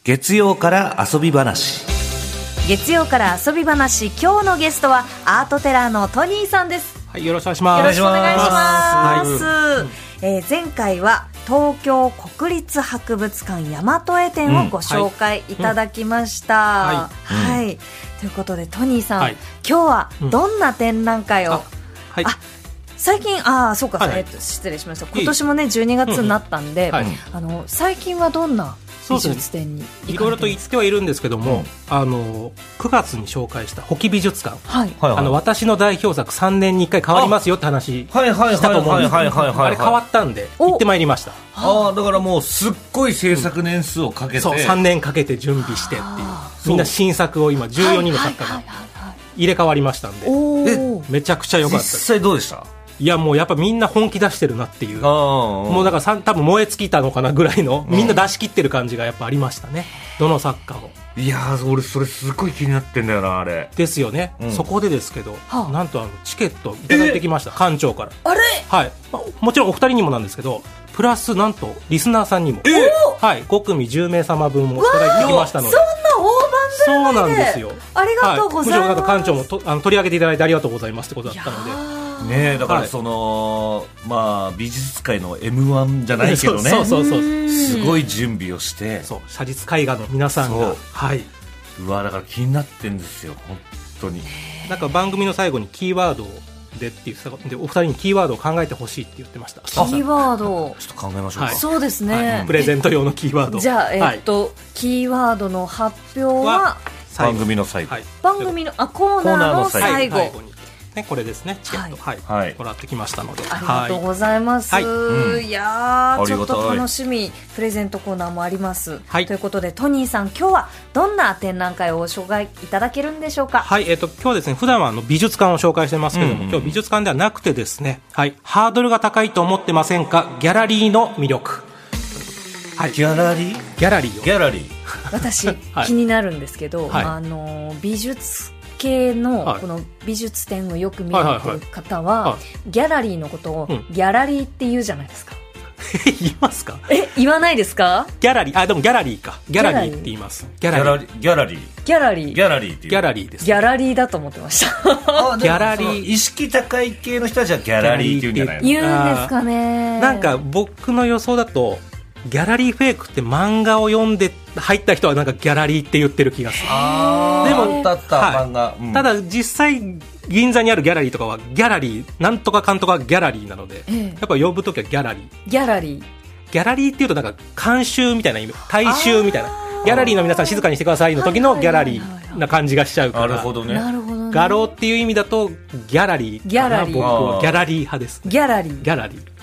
月曜から遊び話。 月曜から遊び話、今日のゲストはアートテラーのトニーさんです。 はい、よろしくお願いします。 よろしくお願いします、 はい。 前回は東京国立博物館大和絵展をご紹介いただきました、ということでトニーさん、今日はどんな展覧会を、最近そうか、失礼しました。今年もね12月になったんで、最近はどんな美術展にいろいろと言ってはいるんですけども、9月に紹介した保木美術館、私の代表作3年に1回変わりますよって話したと思うんですけど、あれ変わったんで行ってまいりました。 だからもうすっごい制作年数をかけて、 そう3年かけて準備してっていう、みんな新作を今14人の作家が入れ替わりましたんで、めちゃくちゃ良かったです。 実際どうでした？ いやもうやっぱみんな本気出してるなっていう、もうだから多分燃え尽きたのかなぐらいの、みんな出し切ってる感じがやっぱありましたね、どの作家も。 いやー、俺それすごい気になってんだよな、あれですよね、そこでですけど、なんとチケットいただいてきました、館長から。 あれ、 はい、もちろんお二人にもなんですけど、プラスなんとリスナーさんにも、5組10名様分もいただいてきましたので。 そんな大番組で。そうなんですよ。ありがとうございます。 むしろなんか館長も取り上げていただいてありがとうございますってことだったので。 ねえ、だからその、美術界の M1 じゃないけどね、すごい準備をして、 写実絵画の皆さんが、 うわ、だから気になってんですよ本当に。 なんか番組の最後にキーワードでっていうで、お二人にキーワードを考えてほしいって言ってました。 キーワードちょっと考えましょうか。 そうですね、 プレゼント用のキーワード。 じゃあ、キーワードの発表は番組の最後、 番組のコーナーの最後ね、これですね、チケット、もらってきましたので、 ありがとうございます、いやー、ちょっと楽しみ。プレゼントコーナーもあります、ということでトニーさん、今日はどんな展覧会をご紹介いただけるんでしょうか？ 今日はですね、普段は美術館を紹介してますけども、今日美術館ではなくてですね、ハードルが高いと思ってませんか、ギャラリーの魅力。 ギャラリー私、気になるんですけど、美術系のこの美術展をよく見る方は、ギャラリーのことをギャラリーって言うじゃないですか。 言いますか？ 言わないですか？ ギャラリー、でもギャラリーか。ギャラリーって言います。ギャラリーです。 ギャラリーだと思ってました。 ギャラリー、意識高い系の人はじゃあギャラリーって言うんじゃないの？ 言うんですかね。 なんか僕の予想だと、ギャラリーフェイクって漫画を読んで入った人はなんかギャラリーって言ってる気がする。でも漫画、 ただ実際銀座にあるギャラリーとかはギャラリーなんとかかんとかギャラリーなので、やっぱ呼ぶときはギャラリーギャラリーっていうとなんか監修みたいな意味、大衆みたいな、ギャラリーの皆さん静かにしてくださいの時のギャラリーな感じがしちゃうから。 なるほどね。 画廊っていう意味だとギャラリーかな。僕はギャラリー派です。 ギャラリー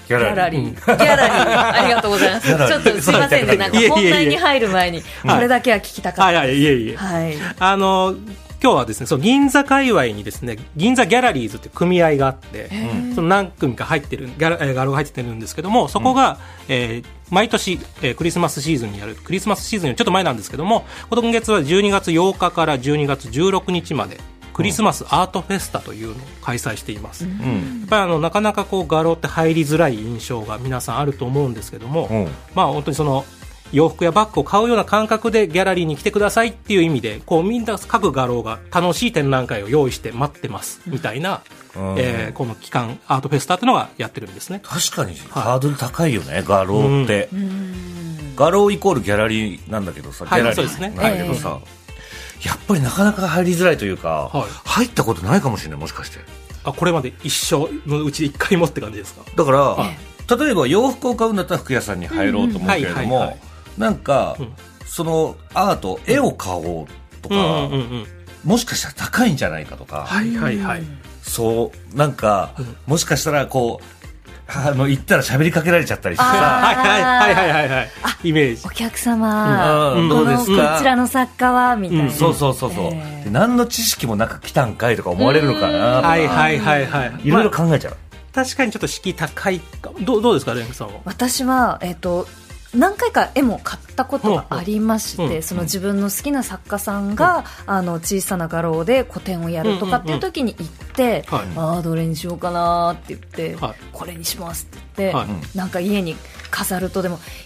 ありがとうございます。ちょっとすいませんね、なんか本題に入る前にこれだけは聞きたかった。 今日はですね、その銀座界隈にですね、銀座ギャラリーズっていう組合があって、その何組か入ってる画廊が入ってるんですけども、そこが、毎年、クリスマスシーズンにやる、クリスマスシーズンよりちょっと前なんですけども、今月は12月8日から12月16日までクリスマスアートフェスタというのを開催しています。やっぱりなかなか画廊って入りづらい印象が皆さんあると思うんですけども、本当にその洋服やバッグを買うような感覚でギャラリーに来てくださいっていう意味で、みんな各画廊が楽しい展覧会を用意して待ってますみたいな、この期間アートフェスタっていうのがやってるんですね。 確かにハードル高いよね、画廊って。画廊イコールギャラリーなんだけどさ、ギャラリーなんだけどさ、やっぱりなかなか入りづらいというか、入ったことないかもしれない。もしかしてこれまで一生のうち1回もって感じですか？ だから、例えば洋服を買うんだったら服屋さんに入ろうと思うけれども、なんか、そのアート、絵を買おうとか、もしかしたら高いんじゃないかとか、そうなんか、もしかしたら行ったら喋りかけられちゃったりしてさ、 イメージ。 お客様、 どうですか、 こちらの作家はみたいな。 で何の知識もなく来たんかいとか思われるのかなとか、いろいろ考えちゃう。 確かにちょっと敷居高いか。どうですか、レンさんは？ 私は何回か絵も買ったことがありまして、その自分の好きな作家さんが、小さな画廊で個展をやるとかっていう時に行って、どれにしようかなって言って、これにしますって言って、なんか家に飾ると、でもやっぱ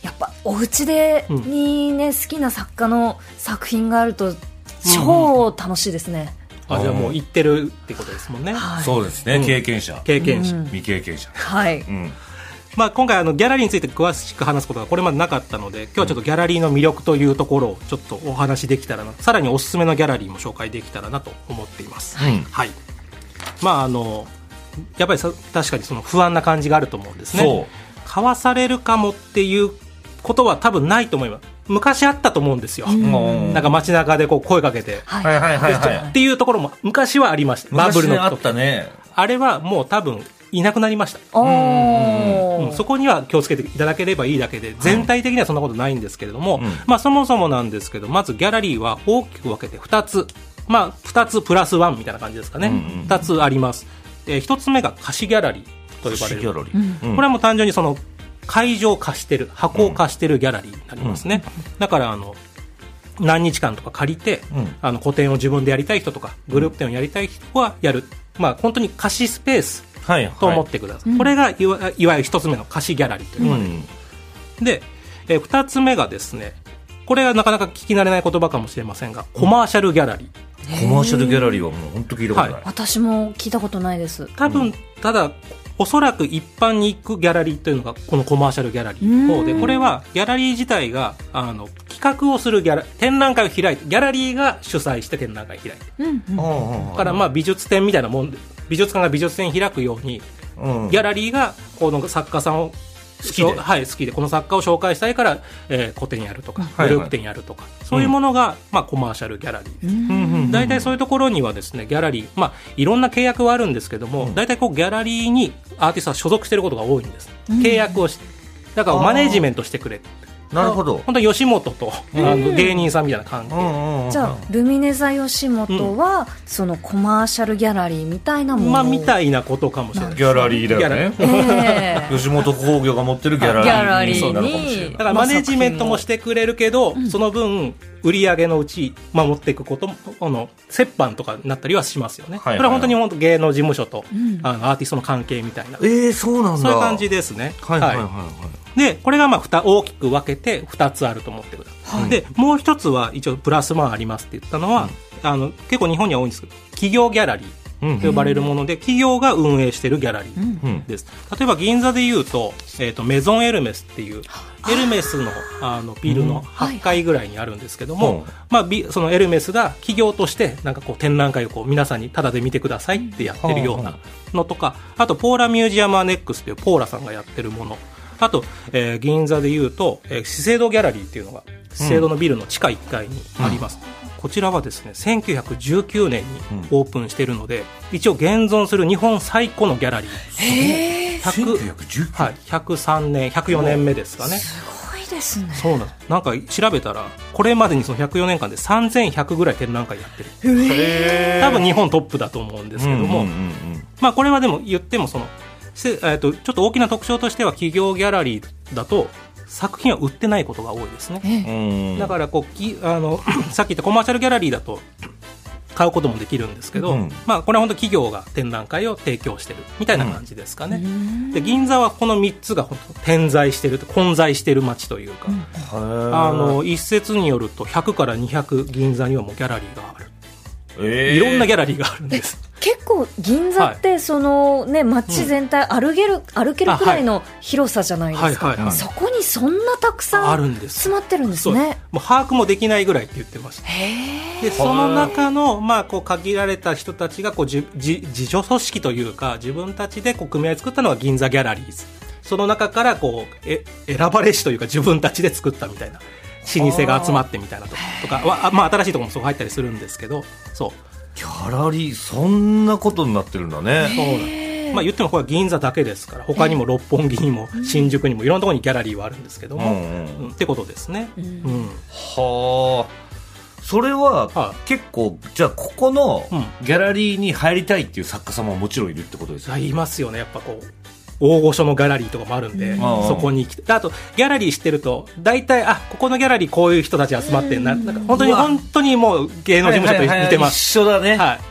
お家でにね、好きな作家の作品があると超楽しいですね。 じゃあもう行ってるってことですもんね。 そうですね、経験者、 未経験者。 はい。 まあ、今回ギャラリーについて詳しく話すことがこれまでなかったので、今日はちょっとギャラリーの魅力というところをちょっとお話できたらな、さらにおすすめのギャラリーも紹介できたらなと思っています。はい。まあやっぱり確かにその不安な感じがあると思うんですね。そう。買わされるかもっていうことは多分ないと思います。昔あったと思うんですよ。なんか街中でこう声かけて、っていうところも昔はありました。バブルの時あったね。 あれはもう多分いなくなりました。そこには気をつけていただければいいだけで、全体的にはそんなことないんですけれども、まあそもそもなんですけど、まずギャラリーは大きく分けて2つ、まあ2つプラス1みたいな感じですかね。2つあります。1つ目が貸しギャラリーと呼ばれる。これはもう単純にその会場を貸してる、箱を貸してるギャラリーになりますね。だから何日間とか借りて、個展を自分でやりたい人とかグループ展をやりたい人はやる、まあ本当に貸しスペースと思ってください。これがいわゆる一つ目の貸しギャラリーというのが、で、二つ目がですね、これはなかなか聞き慣れない言葉かもしれませんが、コマーシャルギャラリー。 コマーシャルギャラリーはもう本当聞いたことない。 私も聞いたことないです。 多分、ただおそらく一般に行くギャラリーというのがこのコマーシャルギャラリーの方で、これはギャラリー自体が企画をする展覧会を開いて、ギャラリーが主催して展覧会を開いて、だからまあ美術展みたいなもんで、美術館が美術展開くように、ギャラリーがこの作家さんを好きでこの作家を紹介したいから、個展やるとかグループ展やるとか、そういうものが、まあ、コマーシャルギャラリー。大体そういうところにはですね、ギャラリー、まあ、いろんな契約はあるんですけども、大体こうギャラリーにアーティストは所属していることが多いんです。契約をして、だからマネージメントしてくれ。 なるほど。 本当に吉本と芸人さんみたいな感じ。 じゃあルミネ座吉本は、そのコマーシャルギャラリーみたいなもの、 まあみたいなことかもしれない。 ギャラリーだよね。吉本興業が持ってるギャラリーになるかもしれない。 だからマネジメントもしてくれるけど、その分売り上げのうち守っていくことも折半とかになったりはしますよね。これは本当に芸能事務所とアーティストの関係みたいな。 そうなんだ。 そういう感じですね。で、これがまあ大きく分けて2つあると思ってください。で、もう一つは一応プラス1ありますって言ったのは、結構日本には多いんですけど、企業ギャラリーと呼ばれるもので、企業が運営しているギャラリーです。例えば銀座で言うと、メゾンエルメスっていう、エルメスのビルの8階ぐらいにあるんですけども、まあそのエルメスが企業としてなんかこう展覧会をこう皆さんにタダで見てくださいってやってるようなのとか、あとポーラミュージアムアネックスっていうポーラさんがやってるもの、あと、銀座でいうと、資生堂ギャラリーっていうのが資生堂のビルの地下1階にあります。こちらはですね、1919年にオープンしているので、一応現存する日本最古のギャラリー。103年、104年目ですかね。 すごいですね。 そうなんです。なんか調べたら、これまでにその104年間で3100ぐらい展覧会やってる。多分日本トップだと思うんですけども、まあこれはでも言ってもちょっと大きな特徴としては、企業ギャラリーだと作品は売ってないことが多いですね。だからさっき言ったコマーシャルギャラリーだと買うこともできるんですけど、まあこれは本当企業が展覧会を提供してるみたいな感じですかね。で、銀座はこの3つが本当点在してる、混在してる街というか、一説によると100から200銀座にはもうギャラリーがある。いろんなギャラリーがあるんです。 結構銀座ってそのね、街全体歩けるくらいの広さじゃないですか。そこにそんなたくさん詰まってるんですね。 もう把握もできないぐらいって言ってました。で、その中のまあこう限られた人たちがこう自助組織というか、自分たちでこう組合作ったのが銀座ギャラリーズ。その中からこう選ばれしというか、自分たちで作ったみたいな。老舗が集まってみたいなとかは、まあ新しいところもそこ入ったりするんですけど、そう。 ギャラリー、そんなことになってるんだね。 そうなんです。まあ言ってもこれは銀座だけですから、他にも六本木にも新宿にもいろんなところにギャラリーはあるんですけども、ってことですね。 はあ。それは結構、じゃあここのギャラリーに入りたいっていう作家様ももちろんいるってことですよね。 いますよね。やっぱこう大御所のギャラリーとかもあるんで、そこに来て、あとギャラリー知ってると大体ここのギャラリーこういう人たち集まってんな、なんか本当にもう芸能事務所と似てます。 一緒だね。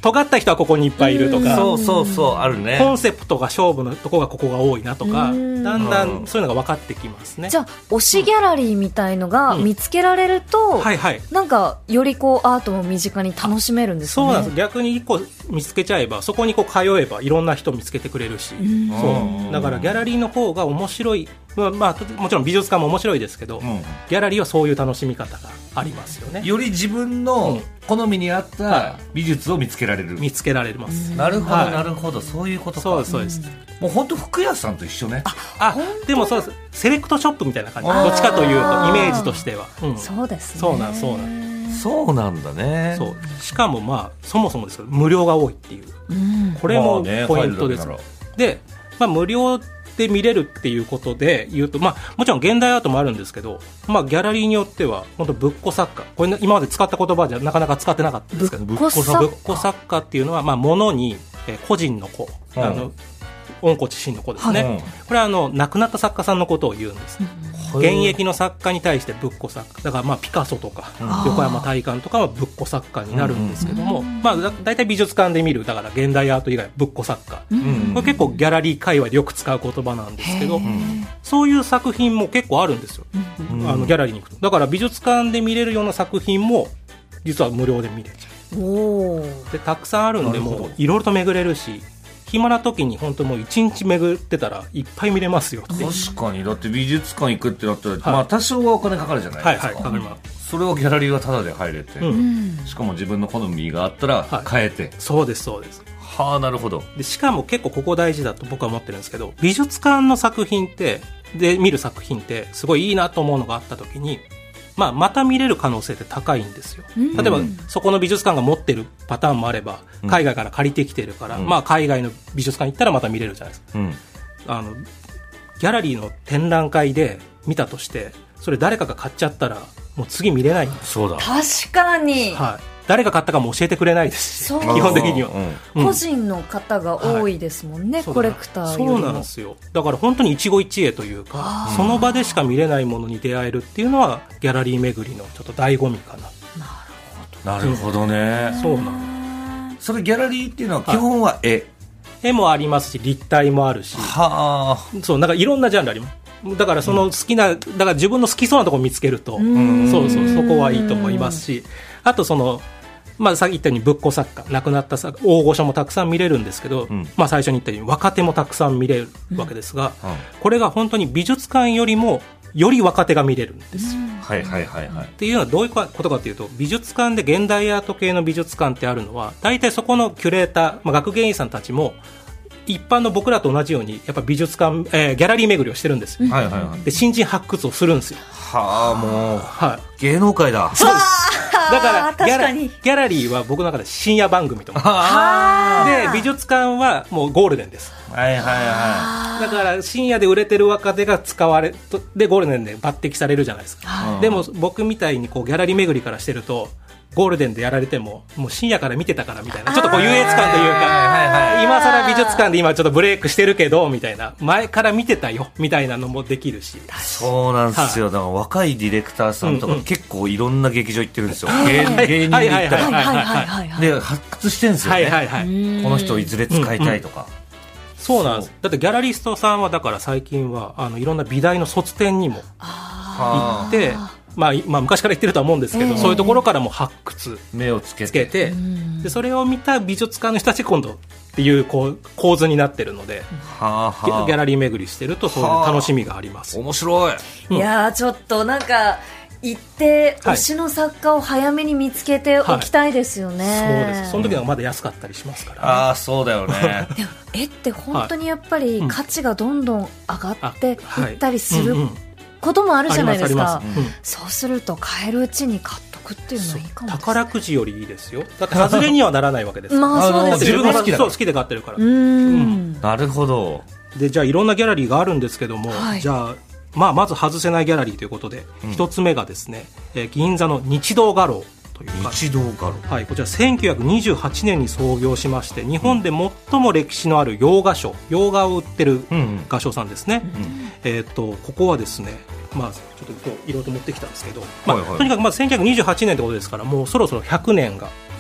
尖った人はここにいっぱいいるとか、 そうあるね。 コンセプトが勝負のとこがここが多いなとか、だんだんそういうのが分かってきますね。 じゃあ推しギャラリーみたいのが見つけられると、なんかよりこうアートも身近に楽しめるんですかね。 そうなんです。逆に1個見つけちゃえばそこにこう通えばいろんな人見つけてくれるし、そうだからギャラリーの方が面白い、もちろん美術館も面白いですけど、ギャラリーはそういう楽しみ方がありますよね。 より自分の好みに合った美術を見つけられる、 見つけられます。 なるほどなるほど、そういうことか。 そうです。 もう本当服屋さんと一緒ね。 でもそうです。セレクトショップみたいな感じ、どっちかというとイメージとしては、 そうですね。 そうなんだね。 しかもそもそもですけど無料が多いっていう、これもポイントです。で、無料で見れるっていうことで言うと、もちろん現代アートもあるんですけど、ギャラリーによっては本当ぶっこ作家、これ今まで使った言葉じゃなかなか使ってなかったんですけど、ぶっこ作家っていうのは物に個人の子、温故知新の子ですね。これは亡くなった作家さんのことを言うんです。現役の作家に対してぶっこ作家だからピカソとか横山大観とかはぶっこ作家になるんですけども、だいたい美術館で見るだから現代アート以外はぶっこ作家、これ結構ギャラリー界隈でよく使う言葉なんですけど、そういう作品も結構あるんですよ、ギャラリーに行くと。だから美術館で見れるような作品も実は無料で見れちゃう。でたくさんあるんでもいろいろと巡れるし、暇な時に本当もう1日巡ってたらいっぱい見れますよって。 確かに。だって美術館行くってなったら、多少はお金かかるじゃないですか。 かかります。 それをギャラリーはタダで入れて、しかも自分の好みがあったら変えて、 そうです。 なるほど。 でしかも結構ここ大事だと僕は思ってるんですけど、美術館の作品で見る作品ってすごいいいなと思うのがあった時に、また見れる可能性って高いんですよ。例えばそこの美術館が持ってるパターンもあれば、海外から借りてきてるから、海外の美術館行ったらまた見れるじゃないですか。ギャラリーの展覧会で見たとしてそれ誰かが買っちゃったらもう次見れないんです。 そうだ。 確かに、 誰が買ったかも教えてくれないですし、基本的には、 個人の方が多いですもんね、コレクターよりも。 そうなんですよ。だから本当に一期一会というか、その場でしか見れないものに出会えるっていうのはギャラリー巡りのちょっと醍醐味かな。 なるほどね。 そうなんです。 それギャラリーっていうのは基本は絵もありますし立体もあるし、そうなんかいろんなジャンルあります。だからその好きな、だから自分の好きそうなところを見つけると、そこはいいと思いますし、あとさっき言ったようにぶっこ作家、亡くなった大御所もたくさん見れるんですけど、最初に言ったように若手もたくさん見れるわけですが、これが本当に美術館よりもより若手が見れるんですよ。っていうのはどういうことかというと、美術館で現代アート系の美術館ってあるのは大体そこのキュレーター、学芸員さんたちも一般の僕らと同じようにやっぱ美術館、ギャラリー巡りをしてるんですよ。で新人発掘をするんですよ。 もう、芸能界だ。 そうです。だからギャラリーは僕の中で深夜番組とかで、美術館はもうゴールデンです。だから深夜で売れてる若手が使われでゴールデンで抜擢されるじゃないですか。でも僕みたいにこうギャラリー巡りからしてると、ゴールデンでやられてももう深夜から見てたからみたいな、ちょっとこう優越感というか、今更美術館で今ちょっとブレイクしてるけどみたいな、前から見てたよみたいなのもできるし。 そうなんですよ。だから若いディレクターさんとか結構いろんな劇場行ってるんですよ。芸人で行ったらで発掘してるんですよね。この人をいずれ使いたいとか。 そうなんです。だってギャラリストさんはだから最近はいろんな美大の卒展にも行って、昔から言ってるとは思うんですけど、そういうところからも発掘目をつけて、でそれを見た美術館の人たち今度っていう構図になってるので、ギャラリー巡りしてるとそういう楽しみがあります。 面白い。 いやちょっとなんか行って推しの作家を早めに見つけておきたいですよね。 そうです。その時はまだ安かったりしますからね。そうだよね。 絵って本当にやっぱり価値がどんどん上がっていったりすることもあるじゃないですか。そうすると買えるうちに買っとくっていうのはいいかもです。 宝くじよりいいですよ。だって外れにはならないわけです。 そうです。 自分が好きで買ってるから。 なるほど。 でじゃあいろんなギャラリーがあるんですけども、じゃあまず外せないギャラリーということで、一つ目がですね、銀座の日動画廊というか、 日動画廊、 こちら1928年に創業しまして、日本で最も歴史のある洋画商、洋画を売ってる画商さんですね。ここはですね、ちょっと今日いろいろと持ってきたんですけど、とにかくまず1928年ということですから、もうそろそろ100年が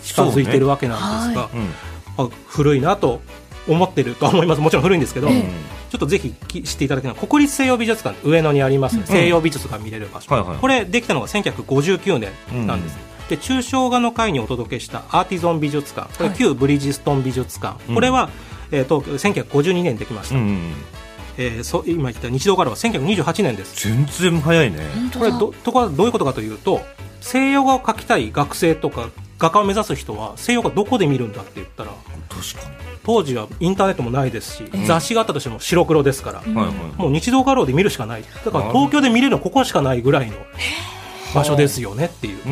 近づいてるわけなんですが、古いなと思ってると思います。もちろん古いんですけど、ちょっとぜひ知っていただきたいのは国立西洋美術館上野にあります、西洋美術が見れる場所、これできたのが1959年なんです、で抽象画の会にお届けしたアーティゾン美術館、これ旧ブリヂストン美術館、これは、1952年にできました、今言った日動画廊は1928年です。 全然早いね。 これどういうことかというと、西洋画を描きたい学生とか画家を目指す人は西洋画どこで見るんだって言ったら、 確かに当時はインターネットもないですし、雑誌があったとしても白黒ですから、もう日動画廊で見るしかない。だから東京で見れるのはここしかないぐらいの場所ですよねっていう、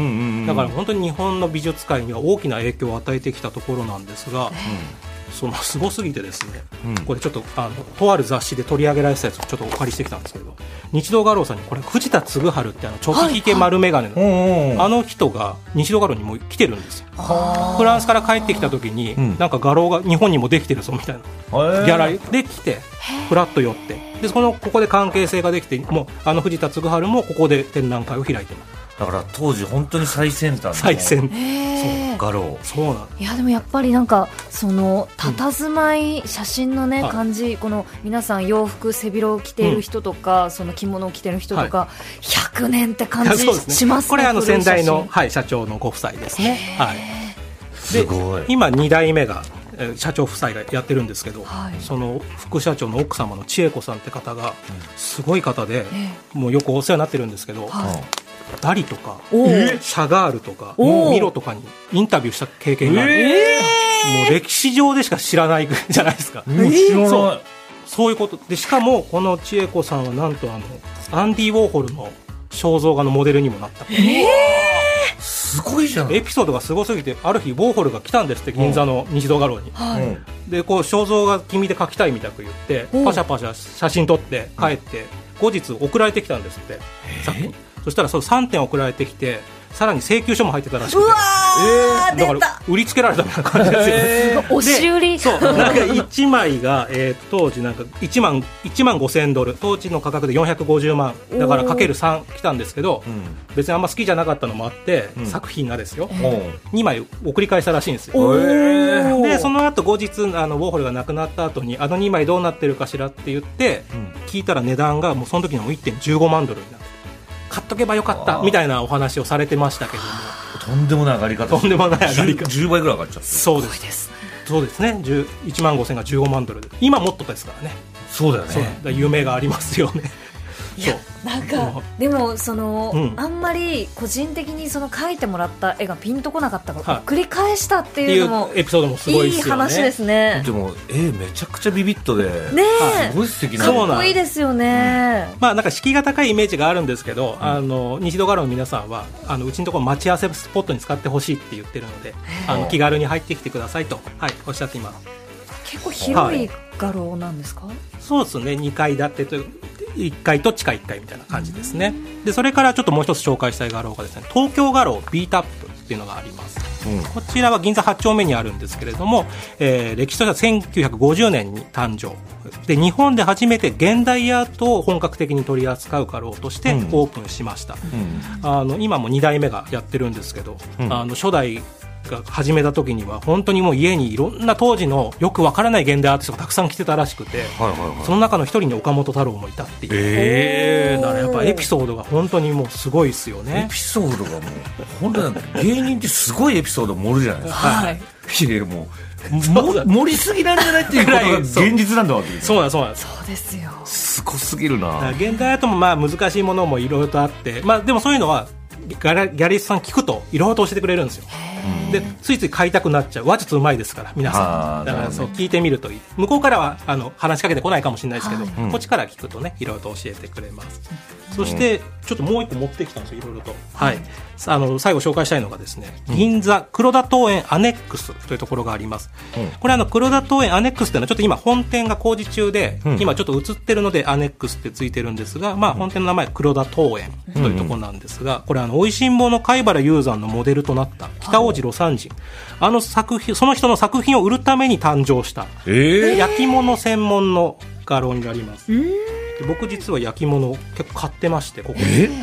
だから本当に日本の美術界には大きな影響を与えてきたところなんですが、すごすぎてですね、これちょっととある雑誌で取り上げられてたやつをちょっとお借りしてきたんですけど、日動画廊さんにこれ藤田嗣治ってチョキヒゲ丸眼鏡の、あの人が日動画廊にも来てるんですよ。フランスから帰ってきた時に、なんか画廊が日本にもできてるぞみたいなギャラリーで来てフラッと寄って、でここで関係性ができて、もう藤田嗣治もここで展覧会を開いてます。 だから当時本当に最先端の画廊。 そうなん。 いやでもやっぱりなんかその佇まい、写真のね感じ、この皆さん洋服背広を着ている人とか、その着物を着ている人とか、100年って感じしますね。 これ先代の、社長のご夫妻ですね。 すごい。 今2代目が社長夫妻がやってるんですけど、その副社長の奥様の千恵子さんって方がすごい方で、もうよくお世話になってるんですけど、ダリとかシャガールとかミロとかにインタビューした経験がある、もう歴史上でしか知らないじゃないですか。そういうことで、しかもこの千恵子さんはなんとアンディ・ウォーホルの肖像画のモデルにもなった。 すごいじゃん。 エピソードがすごすぎて、ある日ウォーホルが来たんですって、銀座の日動画廊に、で肖像画君で描きたいみたく言って、パシャパシャ写真撮って帰って、後日送られてきたんですって、さっき。そしたら3点送られてきて、さらに請求書も入ってたらしくて、だから売りつけられたみたいな感じですよ。 押し売り。 そうなんか1枚が、当時なんか1万5000ドル、当時の価格で450万だからかける3来たんですけど、別にあんま好きじゃなかったのもあって、作品がですよ、2枚送り返したらしいんですよ。でその後後日ウォーホルが亡くなった後に2枚どうなってるかしらって言って、聞いたら値段がもうその時にも 1.15 万ドルになって、買っとけばよかったみたいなお話をされてましたけども、 とんでもない上がり方。 とんでもない上がり方。 10倍ぐらい上がっちゃって。 そうですね。1万5000が15万ドルで、今もっとですからね。 そうだよね。 夢がありますよね。 いやなんかでもあんまり個人的に描いてもらった絵がピンとこなかったから繰り返したっていうのもエピソードもすごいですよね。 いい話ですね。 でもめちゃくちゃビビッドで、すごい素敵な、 かっこいいですよね。 なんか敷居が高いイメージがあるんですけど、日動画廊の皆さんはうちのところ待ち合わせスポットに使ってほしいって言ってるので、気軽に入ってきてくださいと、おっしゃっています。 結構広い画廊なんですか？ そうですね、2階建てと1階と地下1階みたいな感じですね。でそれからちょっともう一つ紹介したい画廊がですね、東京画廊ビートアップっていうのがあります。こちらは銀座8丁目にあるんですけれども、歴史としては1950年に誕生で、日本で初めて現代アートを本格的に取り扱う画廊としてオープンしました。今も2代目がやってるんですけど、初代が始めた時には本当にもう家にいろんな当時のよくわからない現代アーティストがたくさん来てたらしくて、その中の一人に岡本太郎もいたっていう、だからやっぱエピソードが本当にもうすごいですよね。 エピソードがもう本当に芸人ってすごいエピソード盛るじゃないですか。いやもう盛りすぎなんじゃないっていうことが現実なんだわけです。 そうですよ。 すごすぎるな。 現代アートも難しいものもいろいろとあって、でもそういうのはギャリストさん聞くといろいろと教えてくれるんですよ。でついつい買いたくなっちゃう。話術うまいですから皆さん。だから聞いてみるといい。向こうからは話しかけてこないかもしれないですけど、こっちから聞くとねいろいろと教えてくれます。そしてちょっともう一個持ってきたんですよ、いろいろと。最後紹介したいのがですね、銀座黒田東園アネックスというところがあります。これ黒田東園アネックスというのはちょっと今本店が工事中で、今ちょっと映ってるのでアネックスってついてるんですが、本店の名前は黒田東園というところなんですが、これ美味しんぼの貝原雄山のモデルとなった北大路魯山人、作品、その人の作品を売るために誕生した、焼き物専門の画廊になります。僕実は焼き物を結構買ってまして、ここ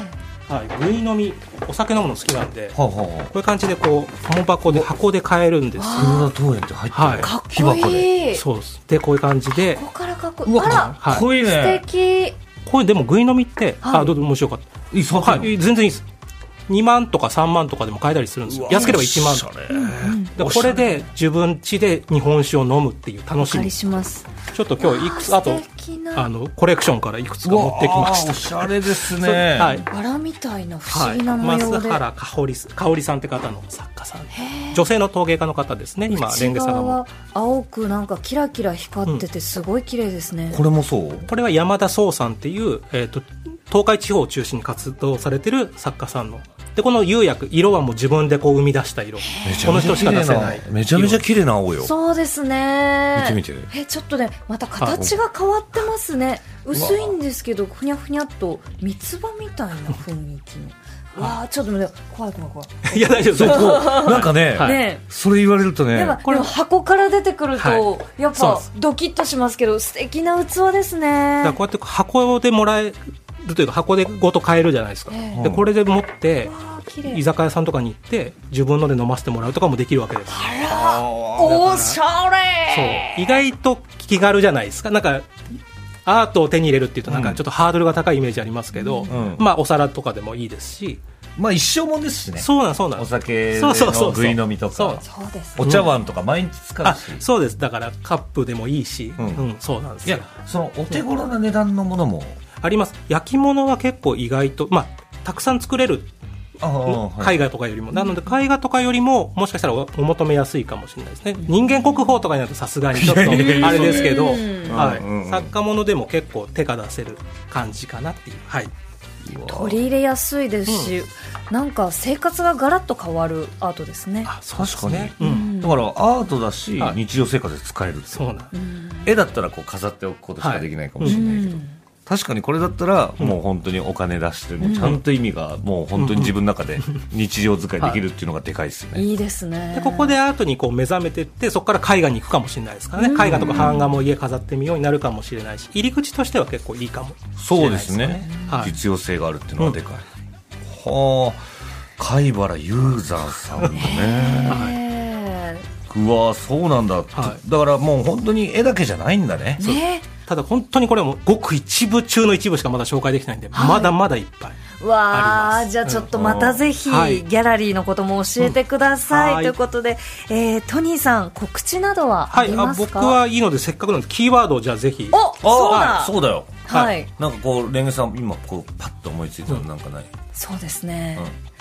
はい、ぐい飲み、お酒飲むの好きなんで、こういう感じでこう本箱で箱で買えるんですよ。 黒田桃園って入ってる、はい、 かっこいい。 そうです。でこういう感じで、 ここからかっこいい。あら、 かっこいいね。 素敵。 これでもぐい飲みって、どうぞ面白かった。はい、全然いいです。2万とか3万とかでも買えたりするんですよ。安ければ1万とか。これで自分家で日本酒を飲むっていう楽しみ。 します。 ちょっと今日いくつあとコレクションからいくつか持ってきました。 おしゃれですね。 はい、バラみたいな不思議な模様で。 増原香織さんって方の作家さん。女性の陶芸家の方ですね。今レンゲさんがも青くなんかキラキラ光っててすごい綺麗ですね。 これもそう。 これは山田壮さんっていう東海地方を中心に活動されてる作家さんの。でこの釉薬、色はもう自分でこう生み出した色、この人しか出せないめちゃめちゃ綺麗な青よ。 そうですね。 見てみて。 ちょっとねまた形が変わってますね。薄いんですけどふにゃふにゃっと三つ葉みたいな雰囲気の。わあちょっとね怖い。 いや大丈夫。 なんかね、それ言われるとね。 でも箱から出てくるとやっぱドキッとしますけど素敵な器ですね。 だからこうやって箱でもらえというか箱でごと買えるじゃないですか。でこれで持って居酒屋さんとかに行って自分ので飲ませてもらうとかもできるわけです。 あらおしゃれ。 そう意外と気軽じゃないですか。なんかアートを手に入れるっていうとなんかちょっとハードルが高いイメージありますけど、まあお皿とかでもいいですし、 まあ一生もんですしね。 そうなんお酒のぐい飲みとかお茶碗とか毎日使うし。 そうです。だからカップでもいいし、そうなんですよ。 いやそのお手頃な値段のものもあります。焼き物は結構意外とたくさん作れる。絵画とかよりも、なので絵画とかよりももしかしたらお求めやすいかもしれないですね。人間国宝とかになるとさすがにちょっとあれですけど、作家物でも結構手が出せる感じかなっていう。はい、 取り入れやすいですし、なんか生活がガラッと変わるアートですね。 確かに、だからアートだし、日常生活で使える。 そうなん絵だったらこう飾っておくことしかできないかもしれないけど、確かにこれだったらもう本当にお金出してもちゃんと意味がもう本当に自分の中で日常使いできるっていうのがでかいですね。 いいですね。 でここでアートにこう目覚めていってそこから絵画に行くかもしれないですからね。絵画とか版画も家飾ってみようになるかもしれないし、入り口としては結構いいかもしれないですね。そうですね、 実用性があるっていうのはでかい。はあ、貝原雄山さんのねうわそうなんだ、だからもう本当に絵だけじゃないんだね。 ただ本当にこれはもうごく一部中の一部しかまだ紹介できないんで、まだまだいっぱいあります。 じゃあちょっとまたぜひギャラリーのことも教えてください、ということで、トニーさん告知などはありますか？ 僕はいいのでせっかくなんでキーワードをじゃあぜひ。 そうだよ、なんかこうレンゲさん今こうパッと思いついたのなんかない？ そうですね、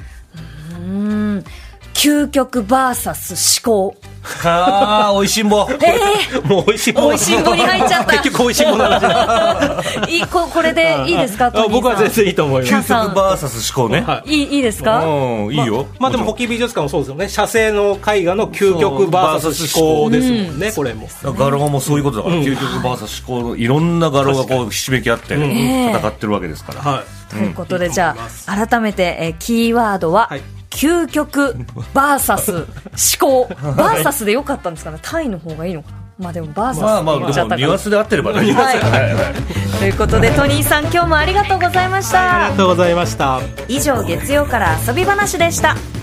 究極 VS 思考。 おいしんぼ。 もうおいしんぼ。 おいしんぼに入っちゃった。 結局おいしんぼな話。 これでいいですか？ 僕は全然いいと思います。 究極 VS 思考ね。 いいですか？ いいよ。 でもホキ美術館もそうですよね。写生の絵画の究極 VS 思考ですもんね。これも。 画廊もそういうことだから、究極 VS 思考のいろんな画廊がこうひしめき合って戦ってるわけですから。 ということでじゃあ改めてキーワードは究極 VS 思考。VS でよかったんですかね。単位の方がいいのかな。でも VS って言っちゃったから。 ニュアンスで合ってればね。 ということでトニーさん今日もありがとうございました。 ありがとうございました。 以上月曜から遊び話でした。